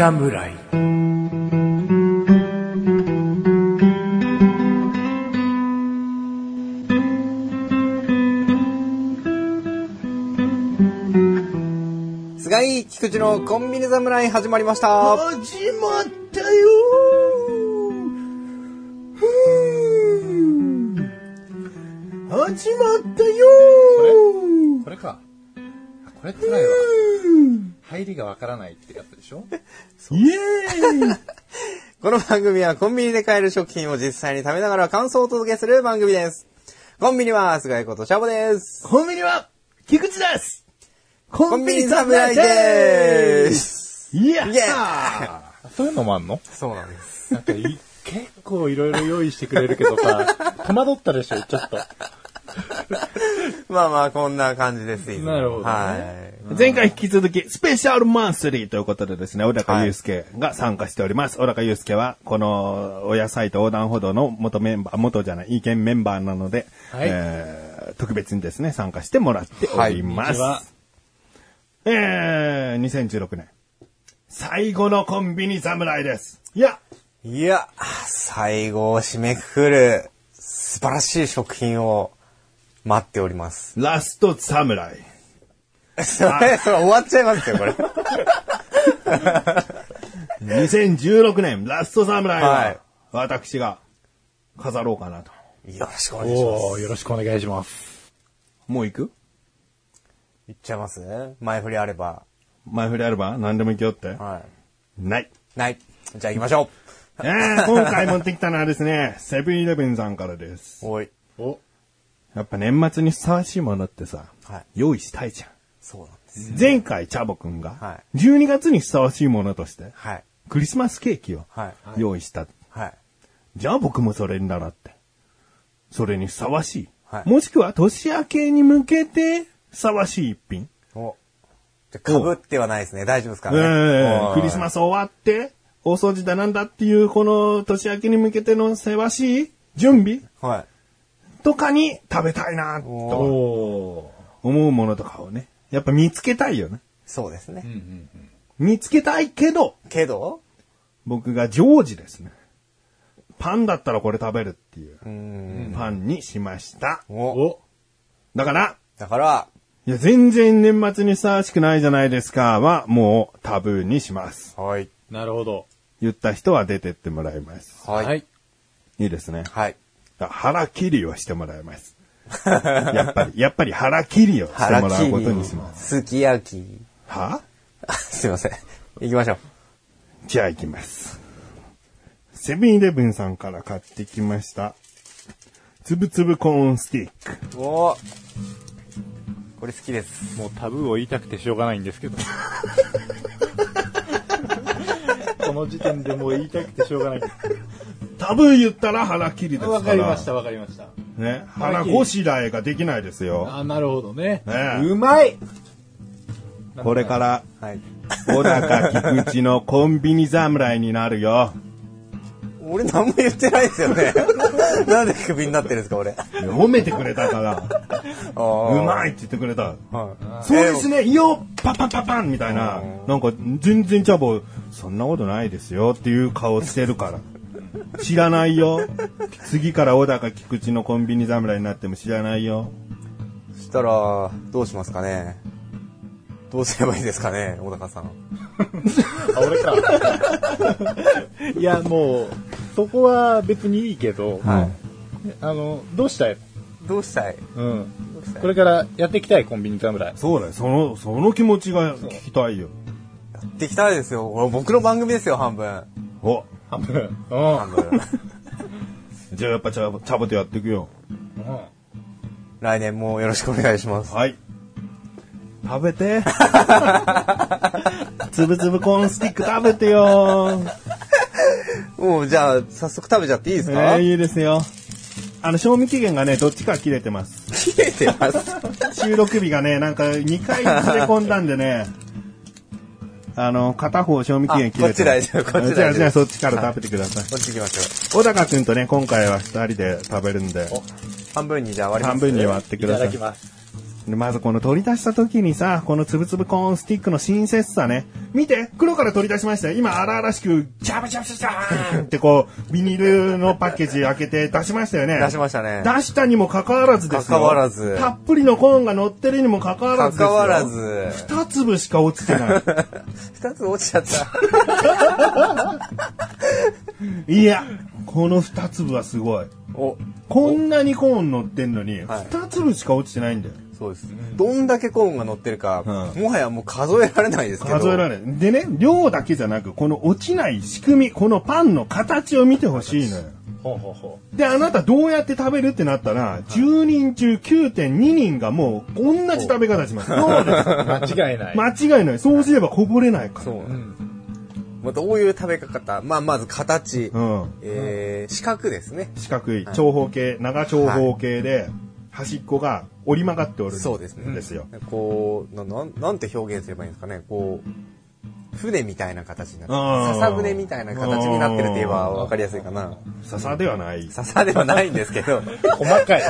侍。 菅井菊池のコンビニ侍始まりました。 始まったよ始まったよこれか。これってないわ。入りがわからないってやつでしょ。 イエーイこの番組はコンビニで買える食品を実際に食べながら感想をお届けする番組です。コンビニは菅井ことシャボです。 コンビニは菊池です。 コンビニ侍でーす。 イエーイそういうのもあんの？ そうなんです。 なんか結構いろいろ用意してくれるけどさ、戸惑ったでしょ、ちょっと。 まあまあ、こんな感じです。 なるほどね。 はい。 前回引き続き、スペシャルマンスリーということでですね、小高祐介が参加しております。小高祐介は、この、親サイト横断歩道の元メンバー、意見メンバーなので、 はい特別にですね、参加してもらっております。 はい、 2016年、最後のコンビニ侍です。いや、 最後を締めくくる素晴らしい食品を待っております。 ラスト侍。 それ終わっちゃいますよ、これ。 2016年、ラスト侍は、 はい、 私が飾ろうかなと。 よろしくお願いします。 よろしくお願いします。 もう行く？ 行っちゃいますね。前振りあれば。 前振りあれば何でも行けよって？ はい。 ない。 じゃあ行きましょう。 今回持ってきたのはですね、セブンイレブンさんからです。 おい。 やっぱ年末にふさわしいものってさ、 はい、 用意したいじゃん。 そうなんです。 前回、チャボくんが、 は 12月にふさわしいものとして、 はい、 クリスマスケーキを用意した。 はい、 じゃあ僕もそれに習って、それにふさわしい。 はい、 もしくは年明けに向けてふさわしい一品。 じゃかぶってはないですね。大丈夫ですかね。 クリスマス終わって、大掃除だなんだっていう、この年明けに向けてのせわしい準備、 はい、 とかに食べたいな、と思うものとかをね、やっぱ見つけたいよね。 そうですね。 見つけたいけど、僕がジョージですね。パンだったらこれ食べるっていうパンにしました。だから、いや、全然年末にふさわしくないじゃないですかは、もうタブーにします。 はい。 なるほど。 言った人は出てってもらいます。 はい。 いいですね。 はい。 腹切りをしてもらいます。やっぱり腹切りをしてもらうことにします。 すき焼き。 はすいません。行きましょう。 じゃあ行きます。セブンイレブンさんから買ってきました。つぶつぶコーンスティック。 これ好きです。 もうタブーを言いたくてしょうがないんですけど。この時点でもう言いたくてしょうがないんです。 タブー言ったら腹切りですから。 わかりました。 ね、腹ごしらえができないですよ。 なるほどね。 うまい。 これから、小高菊池のコンビニ侍になるよ。 俺何も言ってないですよね。なんでクビになってるんですか、俺。 褒めてくれたから。うまいって言ってくれた。そうですね、いいよ、パパパパンみたいな。なんか、全然チャボ、そんなことないですよっていう顔してるから。知らないよ。次から小高菊池のコンビニ侍になっても知らないよ。 そしたら、どうしますかね。どうすればいいですかね、小高さん。 俺か。いや、もう、そこは別にいいけど、どうしたい？これからやっていきたい、コンビニ侍。 そうだよ、その気持ちが聞きたいよ。 やっていきたいですよ。僕の番組ですよ、半分。 半分。 じゃあやっぱチャボとやっていくよ。 来年もよろしくお願いします。 はい。食べて。つぶつぶコーンスティック食べてよ。 もうじゃあ早速食べちゃっていいですか？ いいですよ。賞味期限がね、どっちか切れてます。 切れてます。 収録日がね、なんか2回ずれ込んだんでね。片方賞味期限切れてます。 こっち大丈夫。 じゃあそっちから食べてください。 こっち行きましょう。小高くんとね、今回は2人で食べるんで。 半分にじゃあ割ります。 半分に割ってください。 いただきます。 でまずこの取り出した時にさ、このつぶつぶコーンスティックの親切さね。見て、黒から取り出しましたよ。今荒々しく、ジャブジャブジャーンってこう、ビニールのパッケージ開けて出しましたよね。 出しましたね。 出したにもかかわらずですよ。 かかわらず。 たっぷりのコーンが乗ってるにもかかわらずですよ。 かかわらず。 二粒しか落ちてない。 二つ落ちちゃった。 いや、この二粒はすごい。こんなにコーン乗ってんのに、二粒しか落ちてないんだよ。 そうです。どんだけコーンが乗ってるか、もはやもう数えられないですけど。 数えられない。でね、量だけじゃなく、この落ちない仕組み、このパンの形を見てほしいのよ。で、あなたどうやって食べるってなったら、10人中 9.2 人がもう同じ食べ方します。そうです。 間違いない。 間違いない。そうすればこぼれないから。そう。 どういう食べ方、まず形、四角ですね。 四角い、長方形、長長方形で、端っこが折り曲がっておるんですよ。そうですね。 こう、なんて表現すればいいんですかね。こう、船みたいな形になってる。笹船みたいな形になってるって言えば分かりやすいかな。 笹ではない。 笹ではないんですけど。 細かい。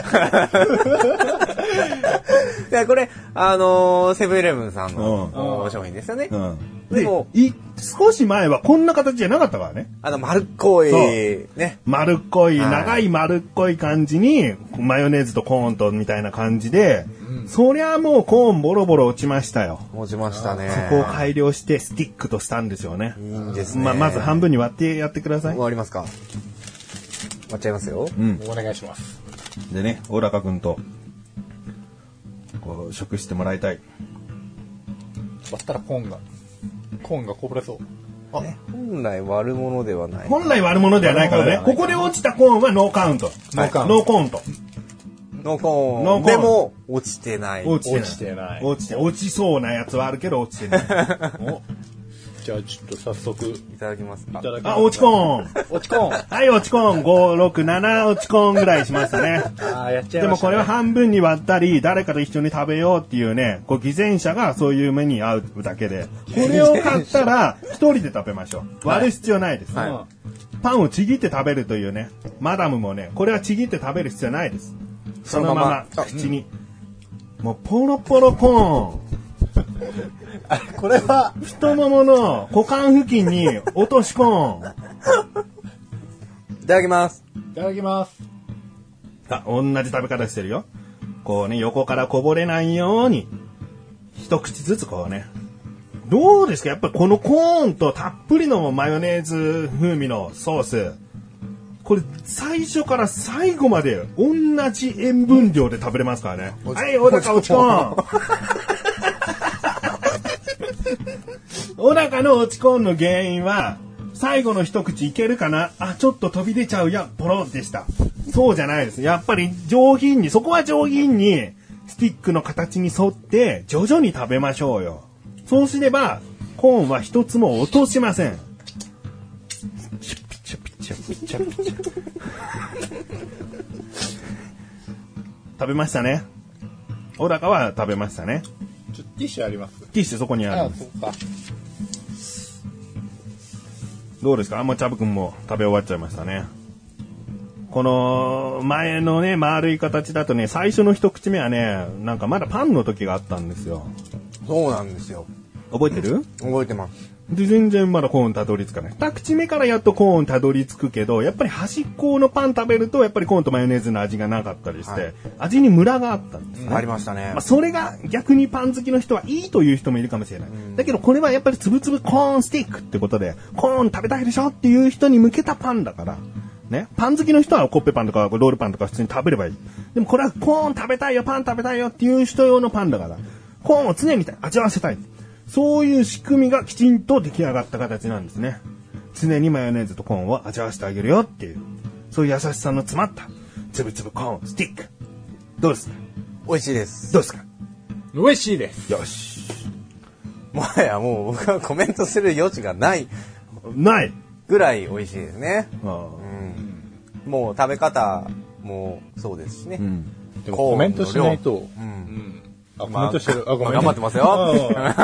でこれ、セブンイレブンさんの商品ですよね。 でも、少し前はこんな形じゃなかったからね。 丸っこい、ね。 丸っこい、長い丸っこい感じに、マヨネーズとコーンとみたいな感じで、そりゃもうコーンボロボロ落ちましたよ。 落ちましたね。 そこを改良してスティックとしたんですよね。 いいんですね。 まず半分に割ってやってください。 終わりますか。割っちゃいますよ。 お願いします。 でね、小高くんと、こう、食してもらいたい。 割ったらコーンがこぼれそう。 本来割るものではない。 本来割るものではないからね。ここで落ちたコーンはノーカウント。ノーコーンと。 ノーコーン。でも、落ちてない。 落ちてない。落ちそうなやつはあるけど落ちてない。 じゃあちょっと早速。いただきますか。 落ちコーン。 落ちコーン。 はい、落ちコーン。5、6、7落ちコーンぐらいしましたね。 やっちゃいました、ね。 でもこれは半分に割ったり、誰かと一緒に食べようっていうね、偽善者がそういう目に合うだけで、これを買ったら一人で食べましょう。割る必要ないです。パンをちぎって食べるというね、マダムもね、これはちぎって食べる必要ないです。そのまま口に。もうポロポロコーン。 これは太ももの股間付近に落としコーン。 いただきます。 いただきます。 同じ食べ方してるよ。こうね、横からこぼれないように、一口ずつこうね。どうですか？やっぱりこのコーンとたっぷりのマヨネーズ風味のソース。これ最初から最後まで同じ塩分量で食べれますからね。はい、小高落ちコーン。小高の落ちコーンの原因は、最後の一口いけるかな？ちょっと飛び出ちゃうや、ポロでした。そうじゃないです。やっぱり上品に、そこは上品に、スティックの形に沿って、徐々に食べましょうよ。そうすれば、コーンは一つも落としません。食べましたね。小高は食べましたね。 ティッシュあります？ ティッシュそこにある。 そうか。 どうですか？もうチャブくんも食べ終わっちゃいましたね。この前のね、丸い形だとね、最初の一口目はね、なんかまだパンの時があったんですよ。 そうなんですよ。 覚えてる？ 覚えてます。 で、全然まだコーンたどり着かない。二口目からやっとコーンたどり着くけど、やっぱり端っこのパン食べると、やっぱりコーンとマヨネーズの味がなかったりして、味にムラがあったんですね。 ありましたね。 それが逆にパン好きの人はいいという人もいるかもしれない。だけどこれはやっぱりつぶつぶコーンスティックってことで、コーン食べたいでしょっていう人に向けたパンだから、ね。パン好きの人はコッペパンとかロールパンとか普通に食べればいい。でもこれはコーン食べたいよ、パン食べたいよっていう人用のパンだから、コーンを常に味わわせたい。そういう仕組みがきちんと出来上がった形なんですね。常にマヨネーズとコーンを味わわせてあげるよっていう、そういう優しさの詰まったつぶつぶコーンスティック。どうですか？ 美味しいです。 どうですか？ 美味しいです。 よし。 もはやもう僕はコメントする余地がないぐらい美味しいですね。もう食べ方もそうですしね。 でもコメントしないと。コメントしてる。 ごめん。頑張ってますよ。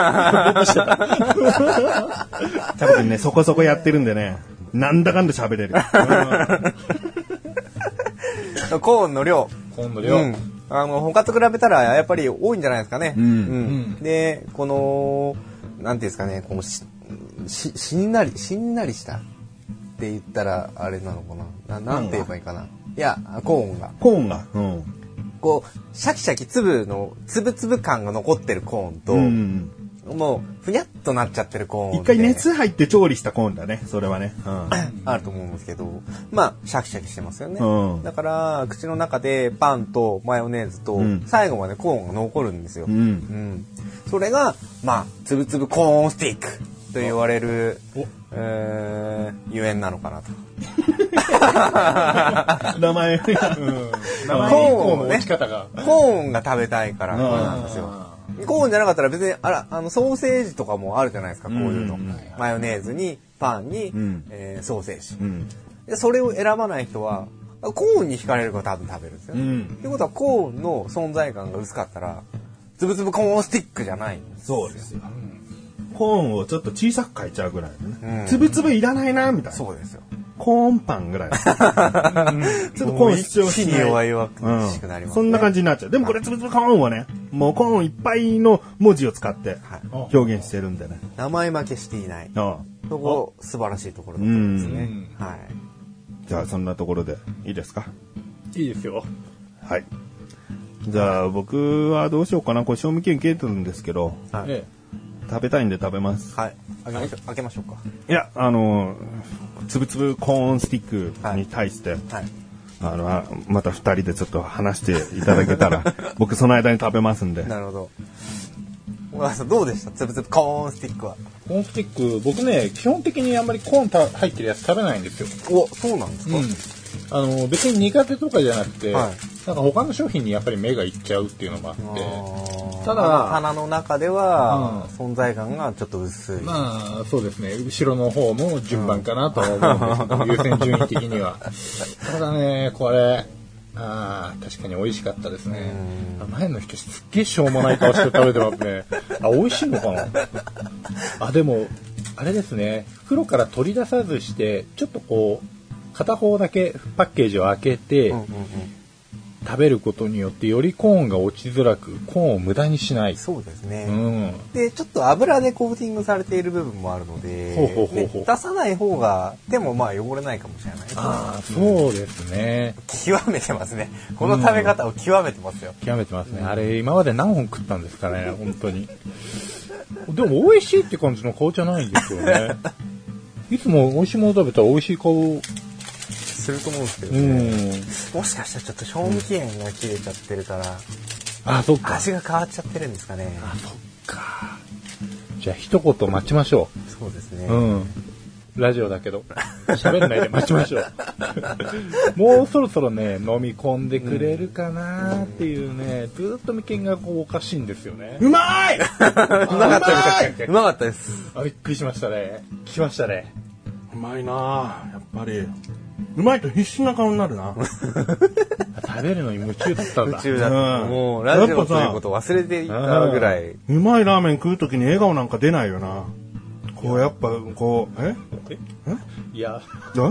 多分ね、そこそこやってるんでね、なんだかんだ喋れる。 コーンの量。 他と比べたらやっぱり多いんじゃないですかね。で、この、なんていうんですかね、このしんなりしたって言ったらあれなのかな。なんて言えばいいかな。いや、コーンが。こう、シャキシャキつぶ感が残ってるコーンと、もう、ふにゃっとなっちゃってるコーン。 一回熱入って調理したコーンだね、それはね。 あると思うんですけど、まあ、シャキシャキしてますよね。だから、口の中でパンとマヨネーズと、最後までコーンが残るんですよ。それが、まあ、つぶつぶコーンスティックと言われる、ゆえんなのかなと。 名前。 コーンが食べたいからなんですよ。コーンじゃなかったら別にソーセージとかもあるじゃないですか、こういうの。マヨネーズにパンに、ソーセージ、でそれを選ばない人はコーンに惹かれるから多分食べるんですよ。ってことはコーンの存在感が薄かったらつぶつぶコーンスティックじゃないんです。 そうですよ。コーンをちょっと小さく書いちゃうぐらいでね。つぶつぶいらないなみたいな。 そうですよ。 コーンパンぐらい。ちょっとコーン必要しない。 弱くしくなりますね。 そんな感じになっちゃう。でもこれつぶつぶコーンはね、もうコーンいっぱいの文字を使って表現してるんでね。 名前負けしていない。そこ素晴らしいところだと思いますね。はい。 じゃあそんなところでいいですか？ いいですよ。 はい。じゃあ僕はどうしようかな。これ賞味期限切れてるんですけど、食べたいんで食べます。 はい。開けましょうか。 いや、つぶつぶコーンスティックに対して、また二人でちょっと話していただけたら、僕その間に食べますんで。 なるほど。小川さんどうでした？つぶつぶコーンスティックは。 コーンスティック、僕ね、基本的にあんまりコーン入ってるやつ食べないんですよ。 そうなんですか？ 別に苦手とかじゃなくて、なんか他の商品にやっぱり目がいっちゃうっていうのもあって、 ただ鼻の中では存在感がちょっと薄い。 まあそうですね、後ろの方の順番かなとは思うんですけど、優先順位的には。ただね、これ確かに美味しかったですね。前の人すっげえしょうもない顔して食べてますね。美味しいのかな。でもあれですね、袋から取り出さずしてちょっとこう片方だけパッケージを開けて食べることによってよりコーンが落ちづらく、コーンを無駄にしない。 そうですね。でちょっと油でコーティングされている部分もあるので、出さない方がでもまあ汚れないかもしれないですね。 そうですね。 極めてますね。この食べ方を極めてますよ。 極めてますね。あれ今まで何本食ったんですかね、本当に。でも美味しいって感じの顔じゃないんですよね。いつも美味しいもの食べたら美味しい顔すると思うんですけどね。もしかしたらちょっと賞味期限が切れちゃってるから、 そっか。 味が変わっちゃってるんですかね。 そっか。じゃあ一言待ちましょう。そうですね。 ラジオだけど喋んないで待ちましょう。もうそろそろね飲み込んでくれるかなっていうね、ずっと眉間がこうおかしいんですよね。 うまい。 うまかったです。 びっくりしましたね。来ましたね。 うまいなやっぱり。うまいと必死な顔になるな。 食べるのに夢中だったんだ。 夢中だった。もうラジオということを忘れていたぐらい。 うまいラーメン食うときに笑顔なんか出ないよな。こうやっぱこういや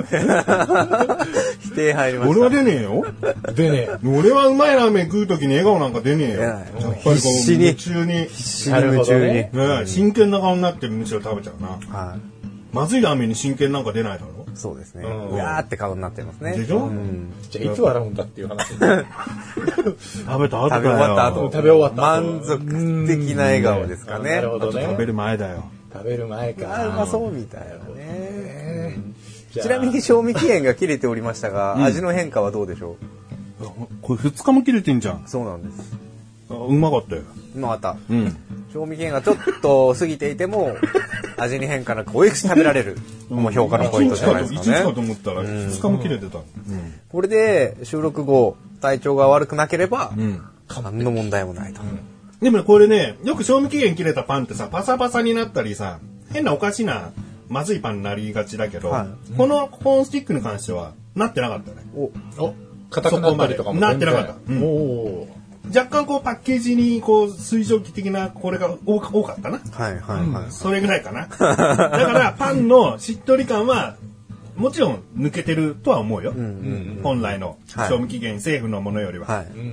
否定入りました。 俺は出ねえよ。 出ねえ。 俺はうまいラーメン食うときに笑顔なんか出ねえよ。やっぱりこう夢中に真剣な顔になってむしろ食べちゃうな。まずいラーメンに真剣なんか出ないだろ。 そうですね。うわーって顔になってますね。 でしょ？ じゃあいつ笑うんだっていう話。食べた後だよ。 食べ終わった後。 食べ終わった。 満足的な笑顔ですかね。 なるほどね。 食べる前だよ。 食べる前か。 うまそうみたいなね。ちなみに賞味期限が切れておりましたが、味の変化はどうでしょう？これ2日も切れてんじゃん。 そうなんです。 うまかったよ。 うまかった。賞味期限がちょっと過ぎていても味に変化なく美味しく食べられる。もう評価のポイントじゃないですかね。 1日かと思ったら2日も切れてた。 これで収録後体調が悪くなければ何の問題もないと。 でもこれね、よく賞味期限切れたパンってさ、パサパサになったりさ、変なおかしなまずいパンになりがちだけど、このコーンスティックに関してはなってなかったね。 硬くなったりとかもなってなかった。若干こうパッケージにこう水蒸気的なこれが多かったな。それぐらいかな。だからパンのしっとり感はもちろん抜けてるとは思うよ。本来の賞味期限セーフのものよりは。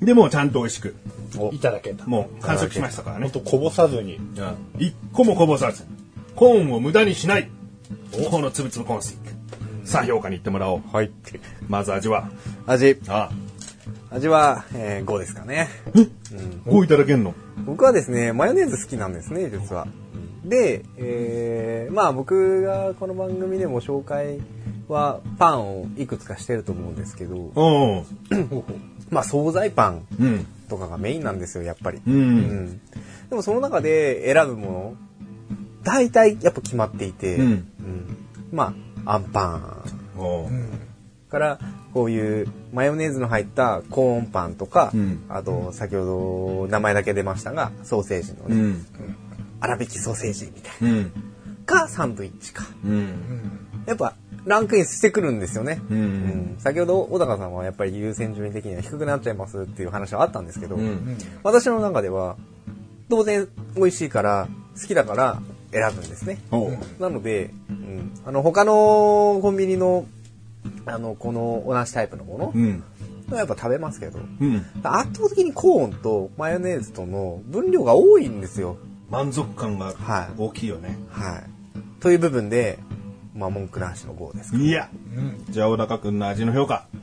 でもちゃんと美味しくいただけた。 もう完食しましたからね。 ほんとこぼさずに。 一個もこぼさず。コーンを無駄にしない。このつぶつぶコーンスティック。さあ評価に行ってもらおう。 はい。 まず味は。 味は、5ですかね。 5いただけんの？ 僕はですね、マヨネーズ好きなんですね、実は。で、まあ僕がこの番組でも紹介はパンをいくつかしてると思うんですけど、まあ惣菜パンとかがメインなんですよ、やっぱり。でもその中で選ぶもの、大体やっぱ決まっていて、まあ、あんパン。からこういうマヨネーズの入ったコーンパンとか、あと先ほど名前だけ出ましたがソーセージのね、粗挽きソーセージみたいな、かサンドイッチか、やっぱランクインしてくるんですよね、先ほど小高さんはやっぱり優先順位的には低くなっちゃいますっていう話はあったんですけど、私の中では当然美味しいから好きだから選ぶんですね。なので、他のコンビニのこの同じタイプのもの、やっぱ食べますけど、圧倒的にコーンとマヨネーズとの分量が多いんですよ。 満足感が大きいよね。 はい。という部分で、まあ文句なしの5ですか。 いや、じゃあ小高くんの味の評価。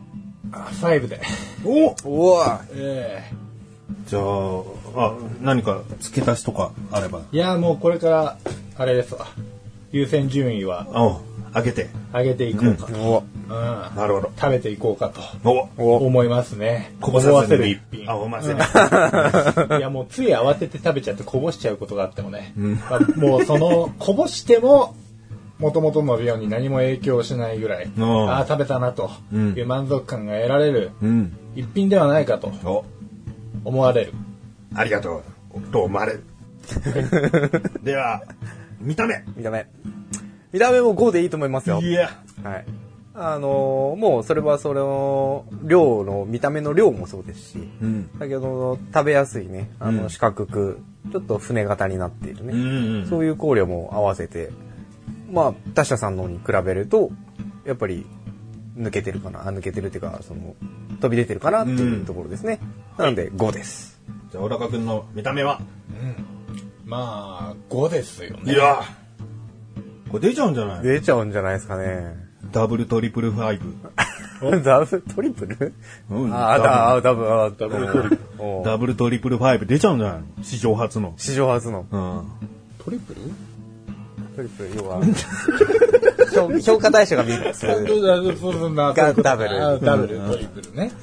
5で。 おじゃあ、何か付け足しとかあれば。 いや、もうこれから、あれですわ。優先順位は。 上げていこうかと。 なるほど。 食べていこうかと思いますね。 こぼさせる一品。 思わせる。 いやもうつい慌てて食べちゃってこぼしちゃうことがあってもね。もうそのこぼしても元々の量に何も影響しないぐらい、食べたなという満足感が得られる一品ではないかと思われる。 ありがとうと思われる。では見た目も5でいいと思いますよ。 いや、 はい。もうそれはその量の見た目の量もそうですし、先ほどの食べやすいね、四角くちょっと船型になっているね、そういう香料も合わせて、まあ他社さんのに比べるとやっぱり抜けてるっていうかその飛び出てるかなっていうところですね。なので5です。 じゃあ小高くんの見た目は、 まあ5ですよね。 いや、これ出ちゃうんじゃない？ 出ちゃうんじゃないですかね。 ダブルトリプルファイブ。 ダブルトリプル？ダブルトリプルファイブ出ちゃうんじゃないの？史上初の。 トリプル要は評価対象が3つがダブルトリプルね。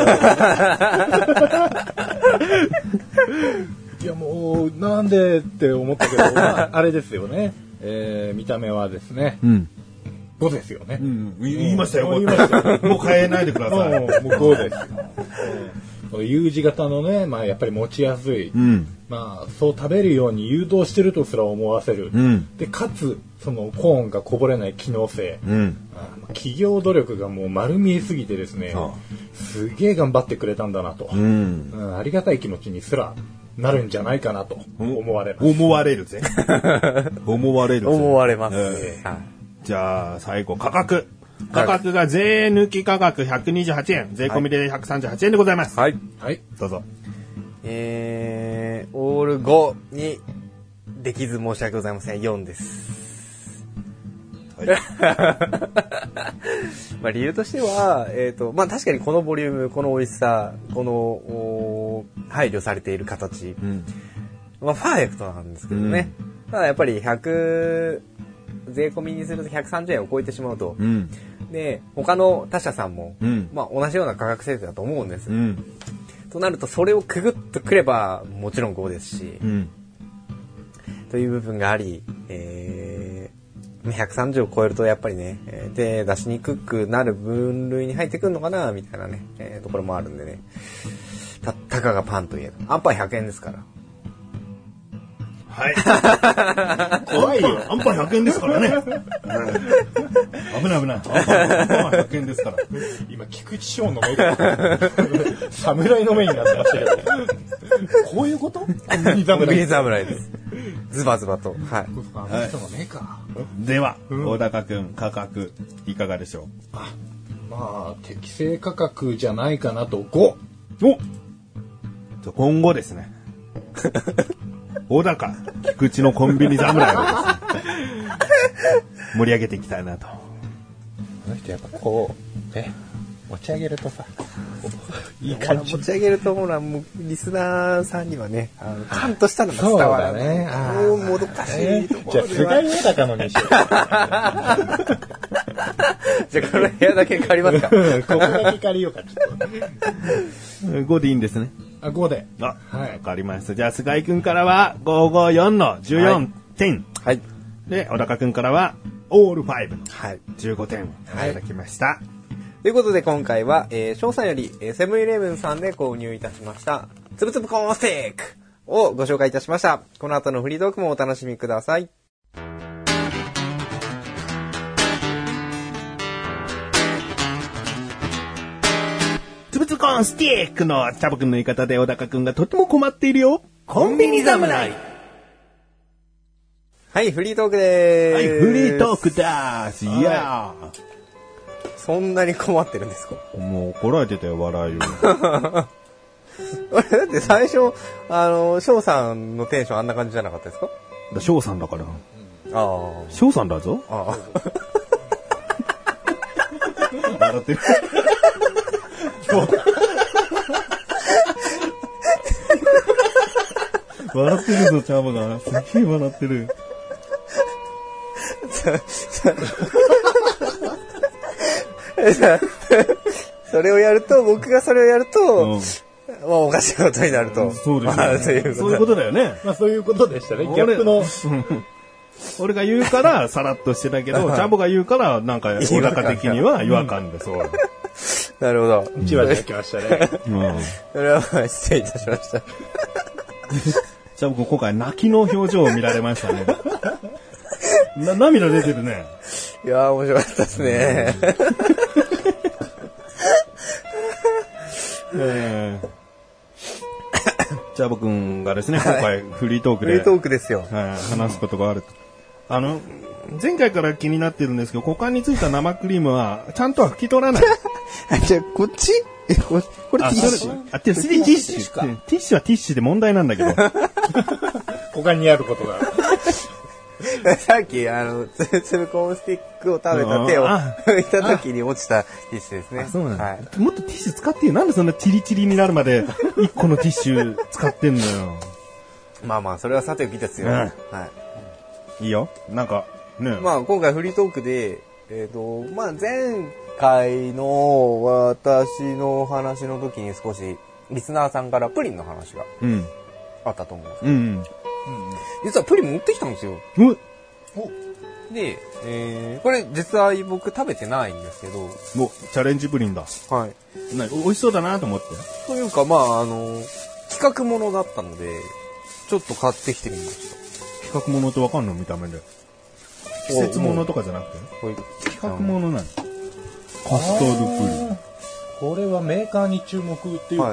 いやもうなんでって思ったけど、あれですよね。見た目はですね。5ですよね。 言いましたよ。もう変えないでください。 もう5ですよ。U 字型のね、まあやっぱり持ちやすい。まあそう食べるように誘導してるとすら思わせる。でかつそのコーンがこぼれない機能性。企業努力がもう丸見えすぎてですね。すげえ頑張ってくれたんだなと。ありがたい気持ちにすらなるんじゃないかなと思われます。 思われるぜ。思われますね。 じゃあ最後価格が税抜き価格128円、税込みで138円でございます。はい。どうぞ。 オール5にできず申し訳ございません。4です。まあ理由としては、まあ確かにこのボリューム、この美味しさ、この配慮されている形、まあパーフェクトなんですけどね。ただやっぱり税込みにすると130円を超えてしまうと、で他の他社さんも、まあ同じような価格設定だと思うんです。となるとそれをくぐっとくればもちろん5ですし、という部分があり、130を超えるとやっぱりね、手出しにくくなる分類に入ってくるのかなみたいなね、ところもあるんでね。たかがパンといえばアンパン100円ですから。 はい。怖いよ。アンパン100円ですからね。危ない。アンパン100円ですから。 今、菊池翔の目が、侍の目になってましたけど。こういうこと？ 麦侍です。ズバズバと。はい。 では、小高くん、価格、いかがでしょう？ まあ、適正価格じゃないかなと5。 お、今後ですね。小高、菊池のコンビニ侍をですね、盛り上げていきたいなと。 この人やっぱこう、持ち上げるとさ、 いい感じ。持ち上げると、ほら、もう、リスナーさんにはね、ちゃんとしたのが伝わらない。そうだね。もう、もどかしいところでは。 じゃあ、菅井小高のにしよう。じゃあ、 この部屋だけ借りますか。 ここだけ借りようか、ちょっと。 5でいいんですね。 5で。 はい。わかりました。じゃあ、菅井くんからは、554の14点。 はい。 で、小高くんからは、オール5の15点。 はい。 いただきました。 ということで今回は、翔さんよりセブンイレブンさんで購入いたしました、つぶつぶコーンステーキをご紹介いたしました。この後のフリートークもお楽しみください。 つぶつぶコーンステーキのチャボくんの言い方で小高くんがとても困っているよ。コンビニ侍。 はい、フリートークでーす。 はい、フリートークだーす。いやー。 そんなに困ってるんですか？ もう怒られてたよ、笑いを。 あれだって最初、翔さんのテンションあんな感じじゃなかったですか？ 翔さんだから。 ああ。 翔さんだぞ。 ああ。 笑ってる。笑ってるぞ、チャボが。すっげえ笑ってる。 それをやると、僕がそれをやると、まあおかしいことになると。 そうですね。そういうことだよね。 まあそういうことでしたね。ギャップの。 俺が言うからさらっとしてたけど、チャボが言うからなんか小高的には違和感でそう。 なるほど。 じわじわきましたね。 それはまあ失礼いたしました。 チャボ君今回泣きの表情を見られましたね。涙出てるね。 いやー面白かったですね。 チャボくんがですね、今回フリートークで。 フリートークですよ。 話すことがあると。前回から気になってるんですけど、股間についた生クリームは、ちゃんとは拭き取らない。 じゃあ、こっちこれティッシュティッシュか。ティッシュはティッシュで問題なんだけど。 他にあることが。 さっき、つぶコーンスティックを食べた手を拭いた時に落ちたティッシュですね。 そうなんだ。もっとティッシュ使ってよ。なんでそんなチリチリになるまで1個のティッシュ使ってんのよ。 まあまあ、それはさておきですよ。はい。 いいよ。なんか、ね。 まあ、今回フリートークで、まあ前回の私の話の時に少しリスナーさんからプリンの話があったと思うんです。実はプリン持ってきたんですよ。で、これ実は僕食べてないんですけど。 チャレンジプリンだ。 はい。 美味しそうだなと思って。 というか、まあ、企画ものだったので、ちょっと買ってきてみました。 企画ものってわかんの見た目で。季節ものとかじゃなくて企画ものなの。カスタードプリン。 これはメーカーに注目っていうか。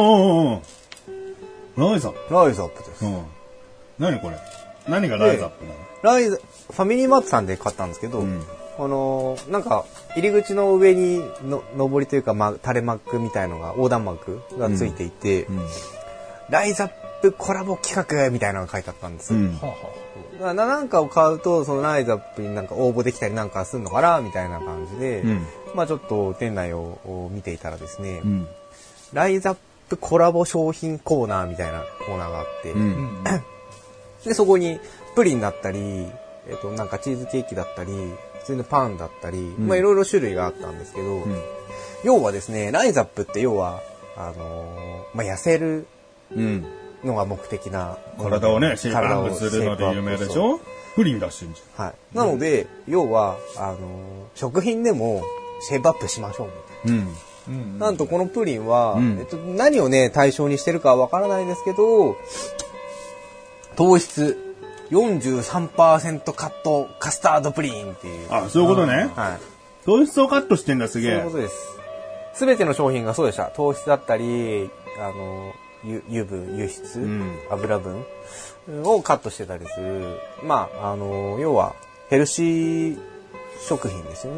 ライザップ。 ライザップです。 何これ？何がライザップなの？ファミリーマートさんで買ったんですけど、なんか、入り口の上に上りというか、垂れ幕みたいのが、横断幕がついていて、ライザップコラボ企画みたいなのが書いてあったんです。なんかを買うと、そのライザップになんか応募できたりなんかするのかなみたいな感じで、まあちょっと店内を見ていたらですね、ライザップコラボ商品コーナーみたいなコーナーがあって、で、そこにプリンだったり、なんかチーズケーキだったり、普通のパンだったり、まあいろいろ種類があったんですけど、要はですね、ライザップって要は、まあ痩せるのが目的な。 体をね、シェイプアップするので有名でしょ？プリン出してるんじゃん。はい。なので、要は、食品でもシェイプアップしましょう。なんとこのプリンは、何をね、対象にしてるかはわからないですけど、糖質 43% カットカスタードプリンっていう。 あ、そういうことね。 はい。 糖質をカットしてんだ、すげえ。 そういうことです。すべての商品がそうでした。糖質だったり、油分、油質、油分をカットしてたりする。まあ、要はヘルシー食品ですよね。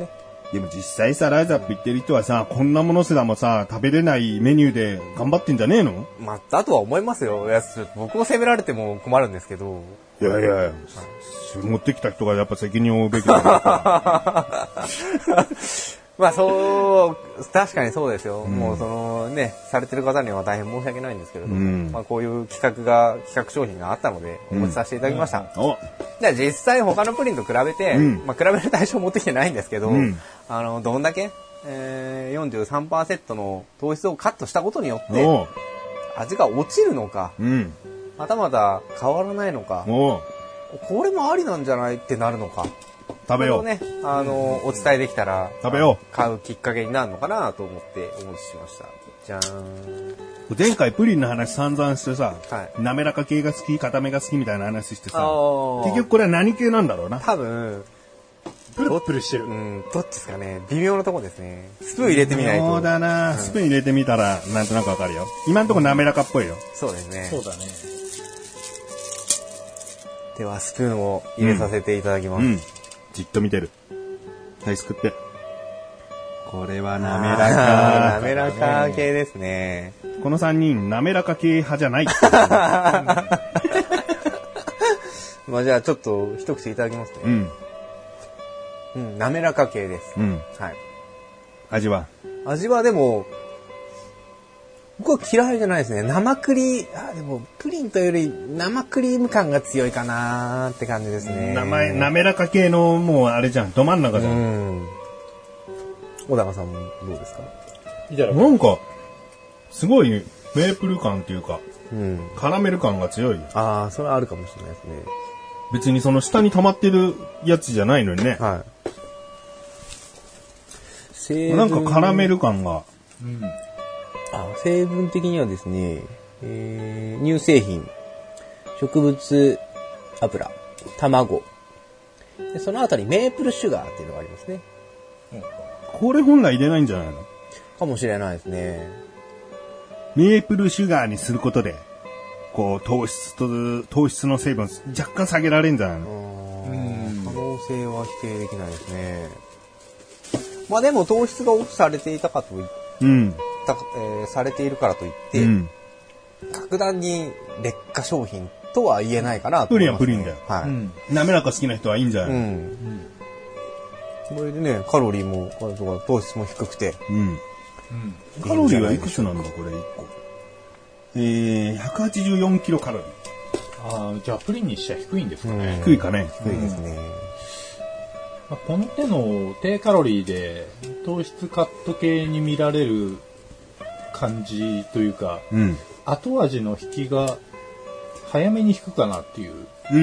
でも実際さ、ライズアップ行ってる人はさ、こんなものすらもさ、食べれないメニューで頑張ってんじゃねえの？ まあ、だとは思いますよ。いや、僕を責められても困るんですけど。 いやいやいや、持ってきた人がやっぱ責任を負うべきだな。 まあそう、確かにそうですよ。もうそのね、されてる方には大変申し訳ないんですけれども、まあこういう企画商品があったので、お持ちさせていただきました。じゃあ実際他のプリンと比べて、まあ比べる対象持ってきてないんですけど、どんだけ、43% の糖質をカットしたことによって、味が落ちるのか、またまた変わらないのか、これもありなんじゃないってなるのか。 食べよう。 ね、お伝えできたら、 食べよう。 買うきっかけになるのかなと思ってお持ちしました。じゃーん。 前回プリンの話散々してさ、滑らか系が好き、固めが好きみたいな話してさ、結局これは何系なんだろうな。 多分、 プルプルしてる。 どっちですかね。微妙なとこですね。スプーン入れてみないと。 そうだな、スプーン入れてみたらなんとなくわかるよ。今んとこ滑らかっぽいよ。 そうですね。 そうだね。 ではスプーンを入れさせていただきます。 じっと見てる。はい、すくって。これは滑らか。 滑らか系ですね。 この3人、滑らか系派じゃない。 まあじゃあちょっと一口いただきますね。滑らか系です。はい。 味はでも、僕は嫌いじゃないですね。でも、プリンというより生クリーム感が強いかなーって感じですね。 滑らか系の、もうあれじゃん、ど真ん中じゃん。 小高さんもどうですか？ なんか、すごいメープル感っていうか、カラメル感が強い。 ああ、それはあるかもしれないですね。 別にその下に溜まってるやつじゃないのにね。 はい。 なんかカラメル感が。 成分的にはですね、乳製品、植物油、卵、でその後にメープルシュガーっていうのがありますね。 これ本来入れないんじゃないの？ かもしれないですね。 メープルシュガーにすることで、こう糖質の成分若干下げられるんじゃないの？ 可能性は否定できないですね。まあでも糖質が多くされていたかといって、されているからといって、格段に劣化商品とは言えないかなと思います、ね。 プリンだよ。はい。滑らか好きな人はいいんじゃないの？ これでね、カロリーも糖質も低くて。 カロリーはいくつなんだこれ1個。184キロカロリー。 ああ、じゃあプリンにしちゃ低いんですかね。 低いかね。 低いですね。 この手の低カロリーで糖質カット系に見られる感じというか、後味の引きが早めに引くかなっていう。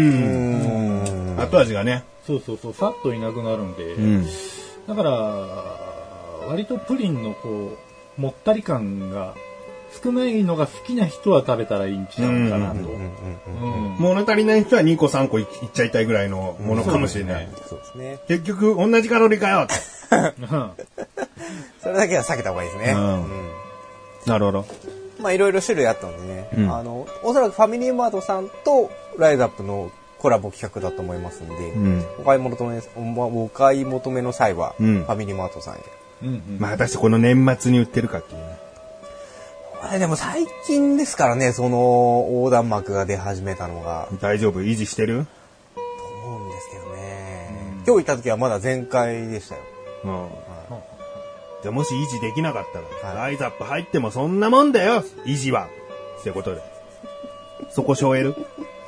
後味がね。 そう、さっといなくなるんで、だから割とプリンのこうもったり感が少ないのが好きな人は食べたらいいんちゃうかなと。 物足りない人は2個3個いっちゃいたいぐらいのものかもしれない。 そうですね。 結局同じカロリーかよって。 それだけは避けた方がいいですね。 なるほど。 まあいろいろ種類あったのでね、おそらくファミリーマートさんとライズアップのコラボ企画だと思いますので、お買い求めの際はファミリーマートさんへ。 まあ果たしてこの年末に売ってるかっていうね。 でも最近ですからね、その横断幕が出始めたのが。 大丈夫？維持してる？ と思うんですけどね。今日行った時はまだ全開でしたよ。 じゃあもし維持できなかったら、ライズアップ入ってもそんなもんだよ、維持は。ってことで。そこ背負える？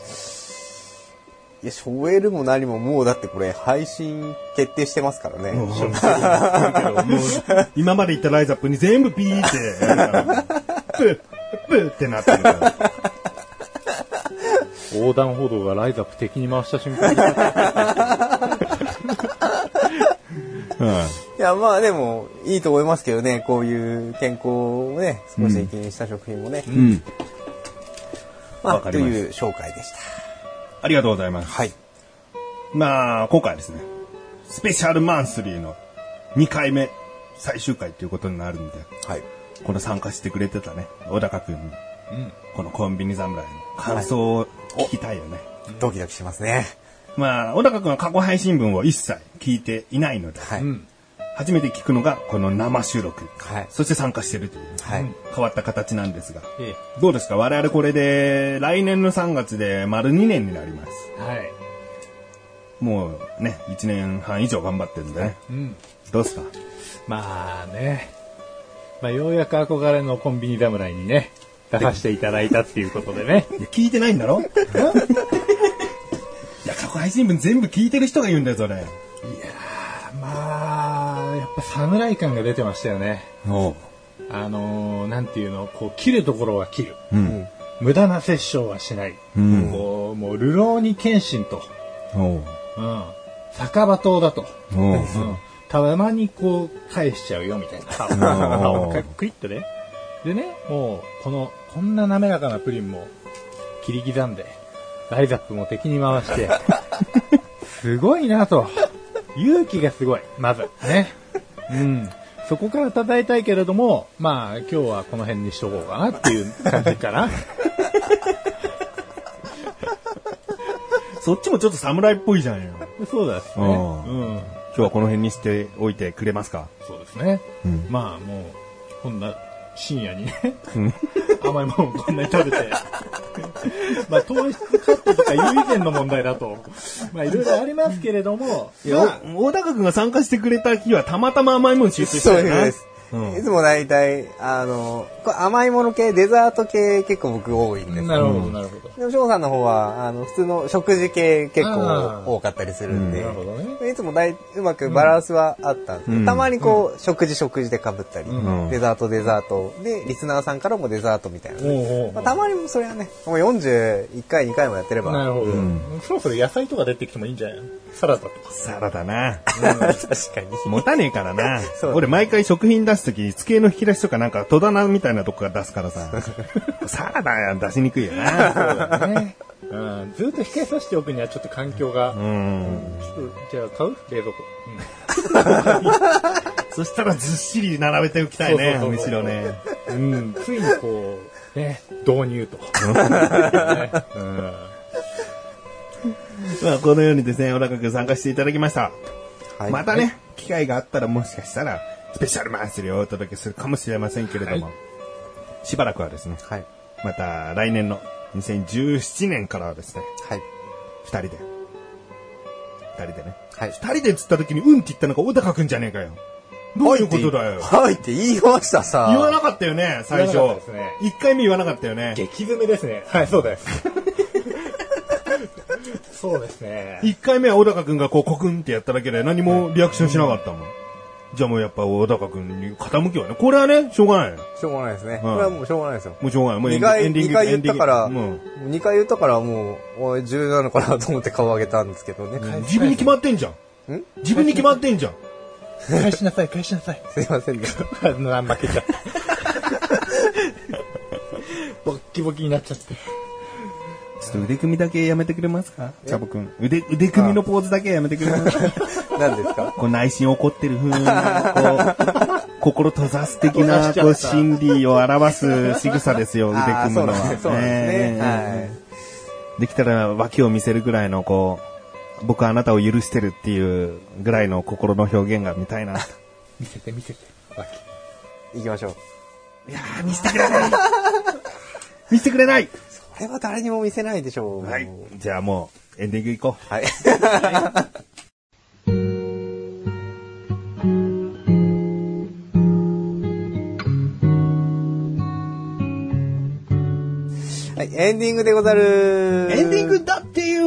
いや、背負えるも何ももうだってこれ配信決定してますからね。もう今まで言ったライズアップに全部ピーってやるからプッってなってるから。 横断歩道がライズアップ敵に回した瞬間いや、まあでもいいと思いますけどね、こういう健康をね、少し気にした食品もね。まあ、という紹介でした。 ありがとうございます。 はい。 まあ、今回ですね、スペシャルマンスリーの2回目、最終回ということになるんで、 はい。 この参加してくれてたね、小高くんに、このコンビニ侍の感想を聞きたいよね。 ドキドキしますね。 まあ、小高くんは過去配信分を一切聞いていないので、 初めて聞くのがこの生収録。 はい。 そして参加してるという、 はい。 変わった形なんですが。どうですか？我々これで来年の3月で丸2年になります。 はい。 もうね、1年半以上頑張ってるんでね。うん。どうですか？ まあね。ようやく憧れのコンビニ侍にね、出させていただいたっていうことでね。 いや、聞いてないんだろ？いや、過去配信分全部聞いてる人が言うんだよ、それ。いやー、やっぱ侍感が出てましたよね。なんていうの、こう、切るところは切る。うん、無駄な殺生はしない。うん、もう、流浪に謙信と。うん、酒場島だと。たまにこう、返しちゃうよ、みたいな。クイッとね。でね、もう、こんな滑らかなプリンも、切り刻んで、ライザップも敵に回して、すごいなと。勇気がすごい、まず。ね。うん。そこから叩いたいけれども、まあ、今日はこの辺にしとこうかなっていう感じかな。 そっちもちょっと侍っぽいじゃんよ。 そうですね。うん。 今日はこの辺にしておいてくれますか？ そうですね。うん、まあ、もう、こんな深夜にね、甘いものをこんなに食べて、まあ、糖質カットとかいう以前の問題だと、まあ、いろいろありますけれども、 いや、大高くんが参加してくれた日はたまたま甘いもの集中してるね。 そうです。いつも大体、甘いもの系、デザート系結構僕多いんですけど。 なるほど、なるほど。 でも、翔さんの方は、普通の食事系結構多かったりするんで、なるほどね。いつもうまくバランスはあったんですけど、たまにこう、食事で被ったり、デザートで、リスナーさんからもデザートみたいな。たまにそれはね、もう41回、2回もやってれば。 なるほど。そろそろ野菜とか出てきてもいいんじゃないの？サラダとか。 サラダな。 確かに。 持たねえからな。俺毎回食品出すときに机の引き出しとかなんか戸棚みたいなとこから出すからさ。サラダや出しにくいよな。そうだね。 ずっと控えさせておくにはちょっと環境が。ちょっと、じゃあ買う？冷蔵庫。 そしたらずっしり並べておきたいね。むしろね。 ついにこう、ね、導入と。 まあ、このようにですね、小高くん参加していただきました。はい、またね、機会があったらもしかしたら、スペシャルマンスリーをお届けするかもしれませんけれども、しばらくはですね、また来年の2017年からはですね、二人でね、二人でっつった時にうんって言ったのが小高くんじゃねえかよ。どういうことだよ。 はいって言いましたさ。 言わなかったよね、最初。一回目言わなかったよね。 激詰めですね。はい、そうです。そうですね。 一回目は小高くんがこうコクンってやっただけで何もリアクションしなかったもん。じゃあもうやっぱ小高くんに傾きはね。これはね、しょうがない。 しょうがないですね。これはもうしょうがないですよ。 もうしょうがない。もう 2回言ったから、2回言ったからもう、重要なのかなと思って顔上げたんですけどね。 自分に決まってんじゃん。自分に決まってんじゃん。 返しなさい、返しなさい。 すいませんね。 負けちゃった。ボッキボキになっちゃって。 ちょっと腕組みだけやめてくれますか？チャボくん。腕組みのポーズだけやめてくれますか？ 何ですか？ こう内心怒ってる風に、心閉ざす的な、こう、心理を表す仕草ですよ、腕組むのは。 そうなんですね。はい。 できたら脇を見せるぐらいの、こう、僕はあなたを許してるっていうぐらいの心の表現が見たいな。 見せて、脇。 行きましょう。いやー、見せてくれない見せてくれない。 これは誰にも見せないでしょう。 はい。じゃあもう、エンディング行こう。 はい。はい、エンディングでござる。 エンディングだってよ。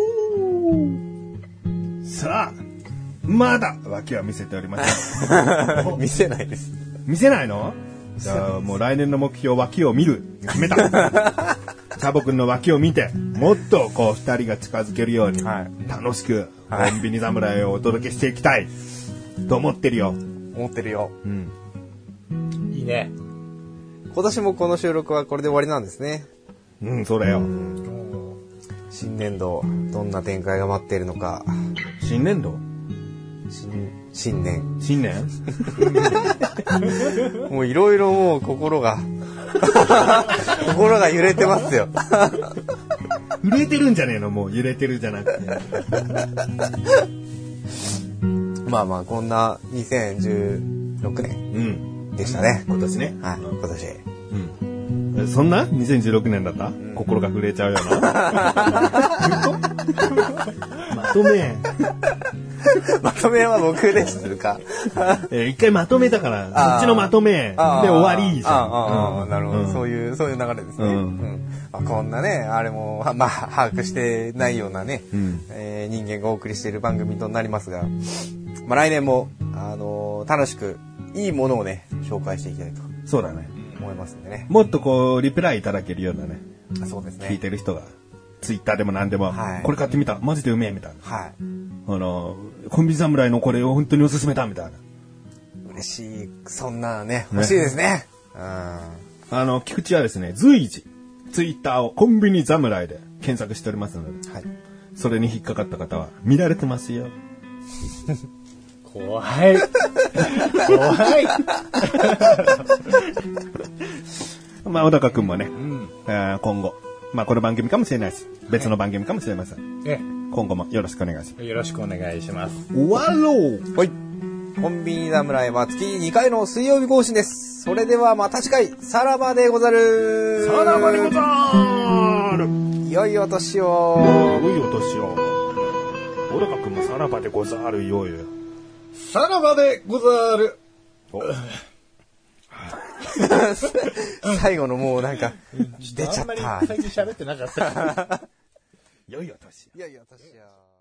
さあ、まだ脇は見せておりません。 見せないです。 見せないの？じゃあもう来年の目標脇を見る。決めた。チャボくんの脇を見て、もっとこう二人が近づけるように、楽しくコンビニ侍をお届けしていきたいと思ってるよ。 思ってるよ。 うん。いいね。 今年もこの収録はこれで終わりなんですね。 うん、そうだよ。 新年度、どんな展開が待っているのか。 新年度？ 新年もういろいろもう心が揺れてますよ。 揺れてるんじゃねえの？もう揺れてるじゃなくて。 まあまあ、こんな2016年でしたね。 今年ね。 はい、今年。 そんな ?2016 年だった、心が震えちゃうような。まとめ。 まとめは僕ですか。 一回まとめだから、そっちのまとめで終わりじゃん。 なるほど、そういう流れですね。まあ、こんなね、あれも、まあ、把握してないようなね、人間がお送りしている番組となりますが、まあ、来年も、楽しく、いいものをね、紹介していきたいと。 そうだね。 思いますんでね。 もっとこう、リプライいただけるようなね。 そうですね。 聞いてる人が、ツイッターでも何でも、これ買ってみた、マジでうめえ、みたいな。 はい。 コンビ侍のこれを本当におすすめだ、みたいな。 嬉しい。そんなね、欲しいですね。 菊池はですね、随時、ツイッターをコンビニ侍で検索しておりますので、はい。それに引っかかった方は、見られてますよ。 怖い。怖い。 まあ、小高くんもね、今後、まあ、この番組かもしれないし、別の番組かもしれません。今後もよろしくお願いします。 よろしくお願いします。 終わろう。 はい。コンビニ侍は月2回の水曜日更新です。それではまた次回、さらばでござる。 さらばでござる。 良いお年を。 良いお年を。小高くんもさらばでござるよ。 さらばでござる。 最後のもうなんか出ちゃった。 あんまり最近喋ってなかった。 良いお年。 良いお年を。